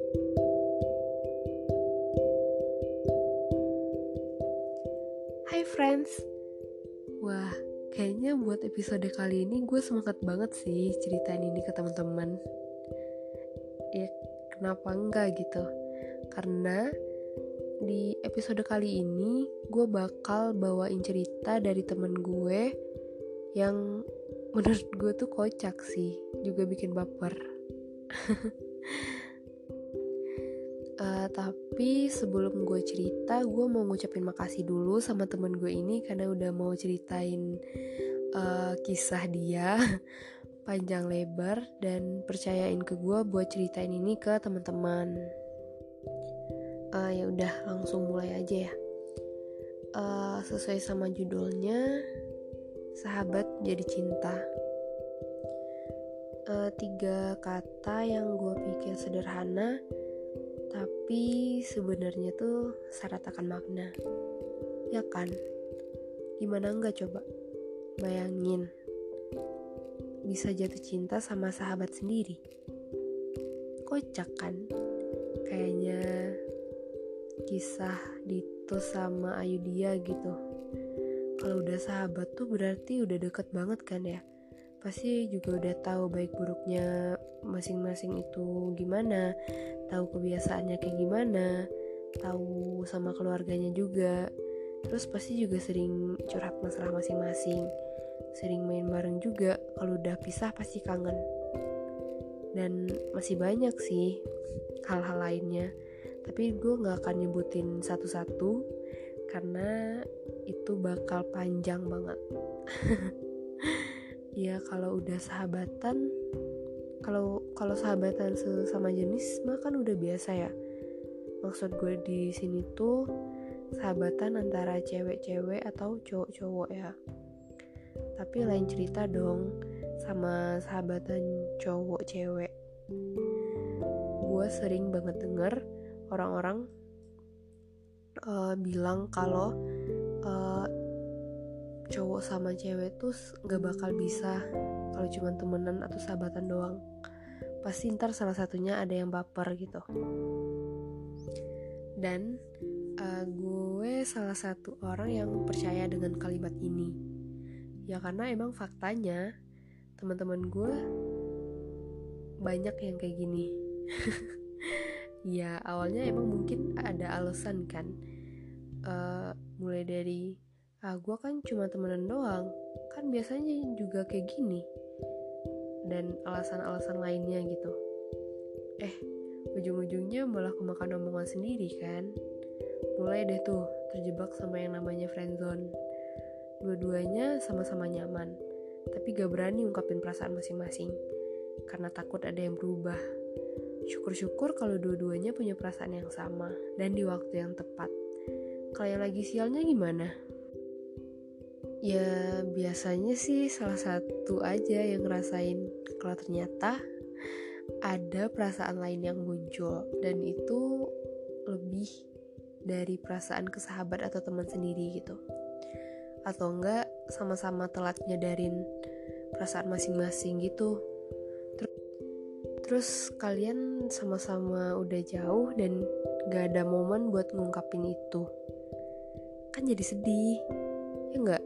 Hai friends. Wah, kayaknya buat episode kali ini gue semangat banget sih ceritain ini ke teman-teman. Ya, kenapa enggak gitu? Karena di episode kali ini gue bakal bawain cerita dari temen gue yang menurut gue tuh kocak sih, juga bikin baper. Tapi sebelum gue cerita, gue mau ngucapin makasih dulu sama temen gue ini karena udah mau ceritain kisah dia panjang lebar dan percayain ke gue buat ceritain ini ke teman-teman. Ya udah langsung mulai aja ya. Sesuai sama judulnya, sahabat jadi cinta. 3 kata yang gue pikir sederhana, tapi sebenarnya tuh syarat akan makna. Ya kan? Gimana enggak coba? Bayangin, bisa jatuh cinta sama sahabat sendiri. Kocak kan? Kayaknya kisah Dito sama Ayudhya gitu. Kalau udah sahabat tuh berarti udah deket banget kan ya? Pasti juga udah tahu baik buruknya masing-masing itu gimana, tahu kebiasaannya kayak gimana, tahu sama keluarganya juga. Terus pasti juga sering curhat masalah masing-masing, sering main bareng juga. Kalau udah pisah pasti kangen. Dan masih banyak sih hal-hal lainnya, tapi gue gak akan nyebutin satu-satu karena itu bakal panjang banget. Ya kalau udah sahabatan, kalau sahabatan sesama jenis mah kan udah biasa ya. Maksud gue di sini tuh sahabatan antara cewek-cewek atau cowok-cowok ya. Tapi lain cerita dong sama sahabatan cowok-cewek. Gue sering banget denger orang-orang bilang kalau cowok sama cewek tuh gak bakal bisa kalau cuma temenan atau sahabatan doang. Pasti ntar salah satunya ada yang baper gitu. Dan gue salah satu orang yang percaya dengan kalimat ini. Ya karena emang faktanya teman-teman gue banyak yang kayak gini. Ya awalnya emang mungkin ada alasan kan. Mulai dari gue kan cuma temenan doang, kan biasanya juga kayak gini, dan alasan-alasan lainnya gitu. Ujung-ujungnya malah kemakan omongan sendiri kan. Mulai deh tuh terjebak sama yang namanya friendzone. Dua-duanya sama-sama nyaman, tapi gak berani ungkapin perasaan masing-masing karena takut ada yang berubah. Syukur-syukur kalau dua-duanya punya perasaan yang sama dan di waktu yang tepat. Kalau yang lagi sialnya gimana? Ya biasanya sih salah satu aja yang ngerasain kalau ternyata ada perasaan lain yang muncul, dan itu lebih dari perasaan ke sahabat atau teman sendiri gitu. Atau enggak sama-sama telat nyadarin perasaan masing-masing gitu. Terus kalian sama-sama udah jauh dan gak ada momen buat ngungkapin itu. Kan jadi sedih, ya enggak?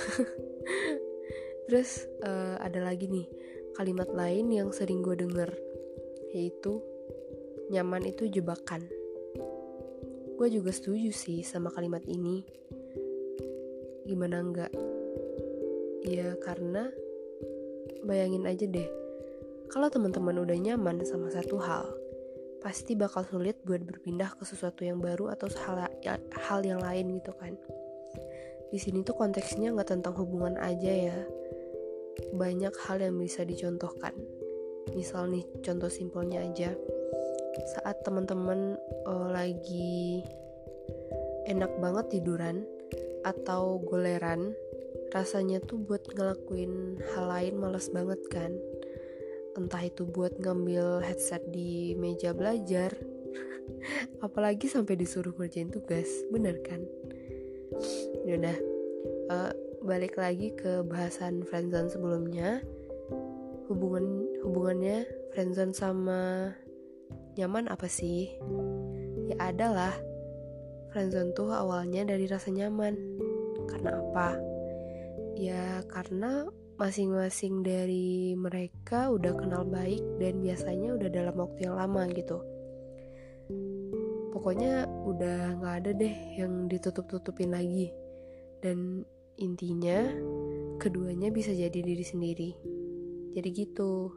Terus ada lagi nih kalimat lain yang sering gue denger, yaitu nyaman itu jebakan. Gue juga setuju sih sama kalimat ini. Gimana enggak? Ya karena bayangin aja deh, kalau teman-teman udah nyaman sama satu hal, pasti bakal sulit buat berpindah ke sesuatu yang baru atau hal yang lain gitu kan. Di sini tuh konteksnya nggak tentang hubungan aja ya, banyak hal yang bisa dicontohkan. Misal nih, contoh simpelnya aja, saat teman-teman lagi enak banget tiduran atau goleran, rasanya tuh buat ngelakuin hal lain males banget kan. Entah itu buat ngambil headset di meja belajar, apalagi sampai disuruh ngerjain tugas, bener kan? Yaudah, balik lagi ke bahasan friendzone sebelumnya. Hubungannya friendzone sama nyaman apa sih? Ya adalah, friendzone tuh awalnya dari rasa nyaman. Karena apa? Ya karena masing-masing dari mereka udah kenal baik dan biasanya udah dalam waktu yang lama gitu. Pokoknya udah gak ada deh yang ditutup-tutupin lagi. Dan intinya keduanya bisa jadi diri sendiri. Jadi gitu.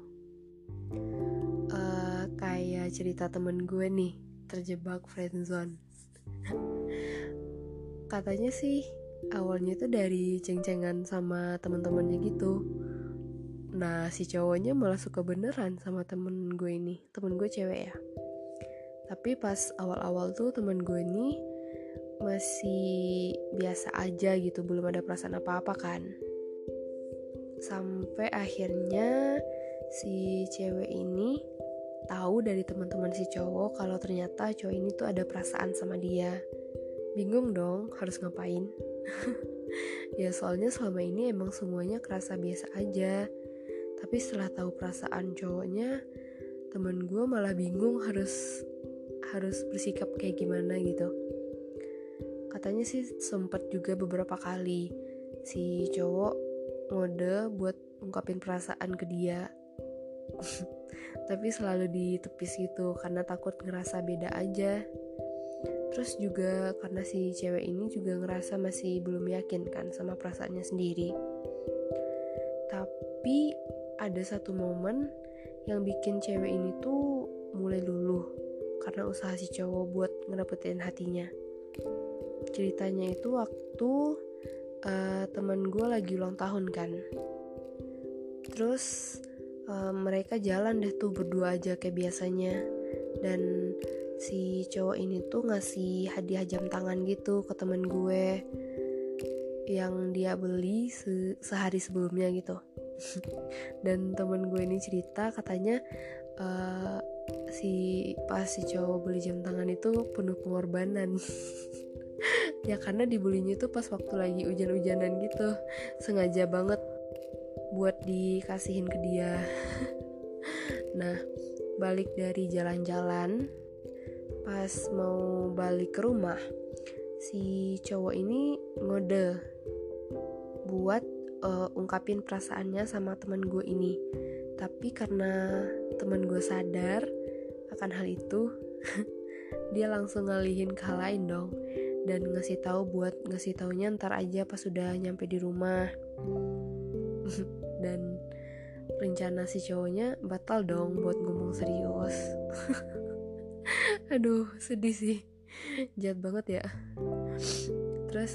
Kayak cerita temen gue nih, terjebak friendzone. Katanya sih awalnya tuh dari ceng-cengan sama teman-temannya gitu. Nah si cowoknya malah suka beneran sama temen gue ini. Temen gue cewek ya. Tapi pas awal-awal tuh temen gue ini masih biasa aja gitu, belum ada perasaan apa-apa kan. Sampai akhirnya si cewek ini tahu dari teman-teman si cowok kalau ternyata cowok ini tuh ada perasaan sama dia. Bingung dong harus ngapain. Ya soalnya selama ini emang semuanya kerasa biasa aja. Tapi setelah tahu perasaan cowoknya, temen gue malah bingung harus bersikap kayak gimana gitu. Katanya sih sempet juga beberapa kali si cowok ngode buat ungkapin perasaan ke dia. Tapi selalu ditepis gitu karena takut ngerasa beda aja. Terus juga karena si cewek ini juga ngerasa masih belum yakin kan sama perasaannya sendiri. Tapi ada satu momen yang bikin cewek ini tuh mulai luluh karena usaha si cowok buat ngedapetin hatinya. Ceritanya itu waktu teman gue lagi ulang tahun kan. Terus mereka jalan deh tuh berdua aja kayak biasanya. Dan si cowok ini tuh ngasih hadiah jam tangan gitu ke temen gue yang dia beli sehari sebelumnya gitu. Dan temen gue ini cerita katanya pas si cowok beli jam tangan itu penuh pengorbanan. Ya karena dibelinya tuh pas waktu lagi hujan-hujanan gitu. Sengaja banget buat dikasihin ke dia. Nah, balik dari jalan-jalan, pas mau balik ke rumah, si cowok ini ngode buat ungkapin perasaannya sama teman gue ini. Tapi karena teman gue sadar akan hal itu, dia langsung ngalihin ke hal lain dong. Dan ngasih taunya ntar aja pas sudah nyampe di rumah. Dan rencana si cowoknya batal dong buat ngomong serius. Aduh sedih sih, jahat banget ya. Terus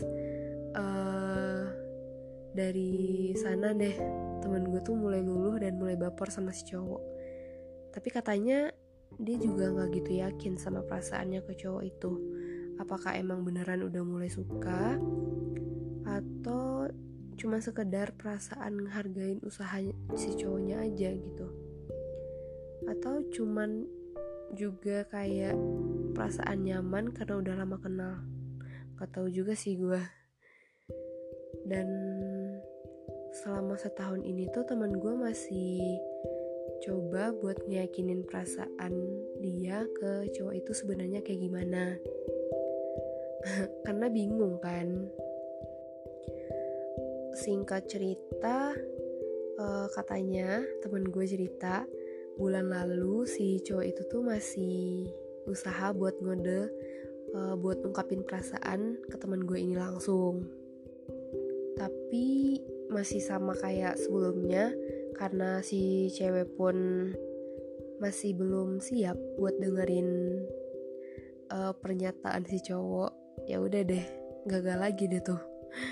dari sana deh temen gue tuh mulai luluh dan mulai baper sama si cowok. Tapi katanya dia juga gak gitu yakin sama perasaannya ke cowok itu. Apakah emang beneran udah mulai suka atau cuma sekedar perasaan ngehargain usaha si cowoknya aja gitu. Atau cuman juga kayak perasaan nyaman karena udah lama kenal. Gak tahu juga sih gue. Dan selama setahun ini tuh teman gue masih coba buat ngeyakinin perasaan dia ke cowok itu sebenarnya kayak gimana. Karena bingung kan. Singkat cerita, katanya temen gue cerita bulan lalu si cowok itu tuh masih usaha buat ngode buat ungkapin perasaan ke temen gue ini langsung. Tapi masih sama kayak sebelumnya karena si cewek pun masih belum siap buat dengerin pernyataan si cowok. Ya udah deh, gagal lagi deh tuh.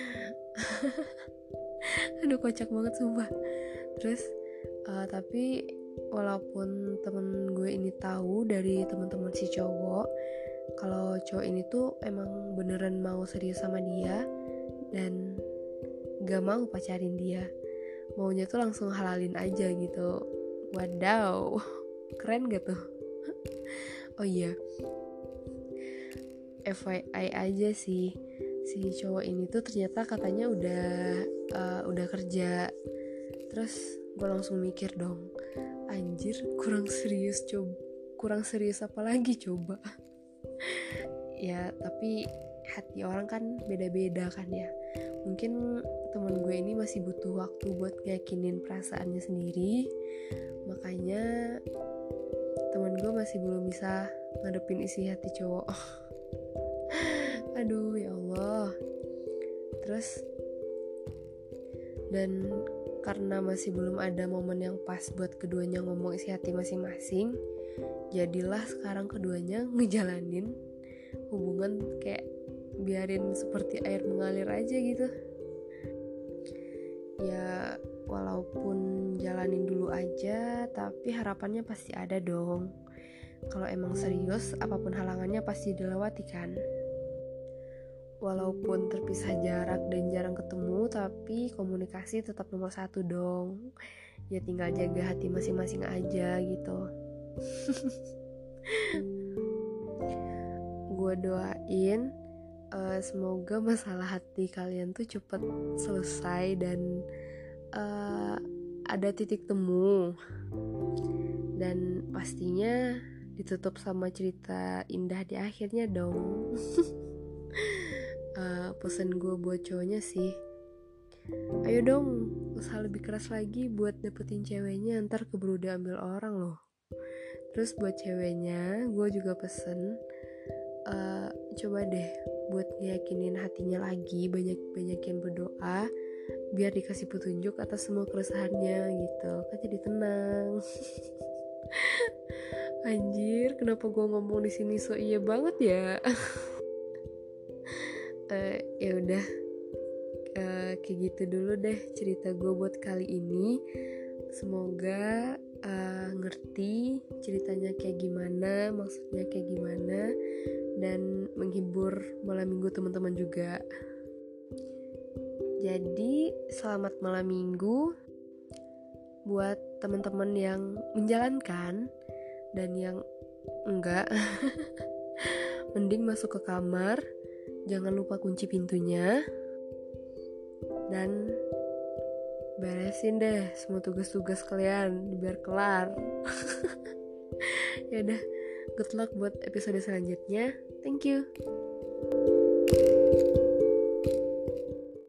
Aduh kocak banget sumpah. Terus tapi walaupun temen gue ini tahu dari teman-teman si cowok kalau cowok ini tuh emang beneran mau serius sama dia dan gak mau pacarin dia, maunya tuh langsung halalin aja gitu. Wadaw, keren gak tuh? Oh iya, FYI aja sih, si cowok ini tuh ternyata katanya udah kerja. Terus gue langsung mikir dong, anjir kurang kurang serius apa lagi coba. Ya tapi hati orang kan beda-beda kan ya. Mungkin teman gue ini masih butuh waktu buat ngeyakinin perasaannya sendiri, makanya teman gue masih belum bisa ngadepin isi hati cowok. Aduh ya Allah. Terus dan karena masih belum ada momen yang pas buat keduanya ngomong isi hati masing-masing, jadilah sekarang keduanya ngejalanin hubungan kayak biarin seperti air mengalir aja gitu. Ya walaupun jalanin dulu aja, tapi harapannya pasti ada dong. Kalau emang serius, apapun halangannya pasti dilewati kan. Walaupun terpisah jarak dan jarang ketemu, tapi komunikasi tetap nomor 1 dong. Ya tinggal jaga hati masing-masing aja gitu. Gue doain semoga masalah hati kalian tuh cepet selesai dan ada titik temu. Dan pastinya ditutup sama cerita indah di akhirnya dong. Pesan gue buat cowoknya sih, ayo dong usaha lebih keras lagi buat dapetin ceweknya, ntar keburu diambil orang loh. Terus buat ceweknya gue juga pesen, coba deh buat ngeyakinin hatinya lagi, banyak-banyakin berdoa biar dikasih petunjuk atas semua keresahannya gitu, kan jadi tenang. Anjir, kenapa gue ngomong di sini so iya banget ya? Ya udah, kayak gitu dulu deh cerita gue buat kali ini. Semoga ngerti ceritanya kayak gimana, maksudnya kayak gimana, dan menghibur malam minggu teman-teman juga. Jadi selamat malam minggu buat teman-teman yang menjalankan dan yang enggak. Mending masuk ke kamar, jangan lupa kunci pintunya, dan beresin deh semua tugas-tugas kalian biar kelar. Ya udah, good luck buat episode selanjutnya. Thank you.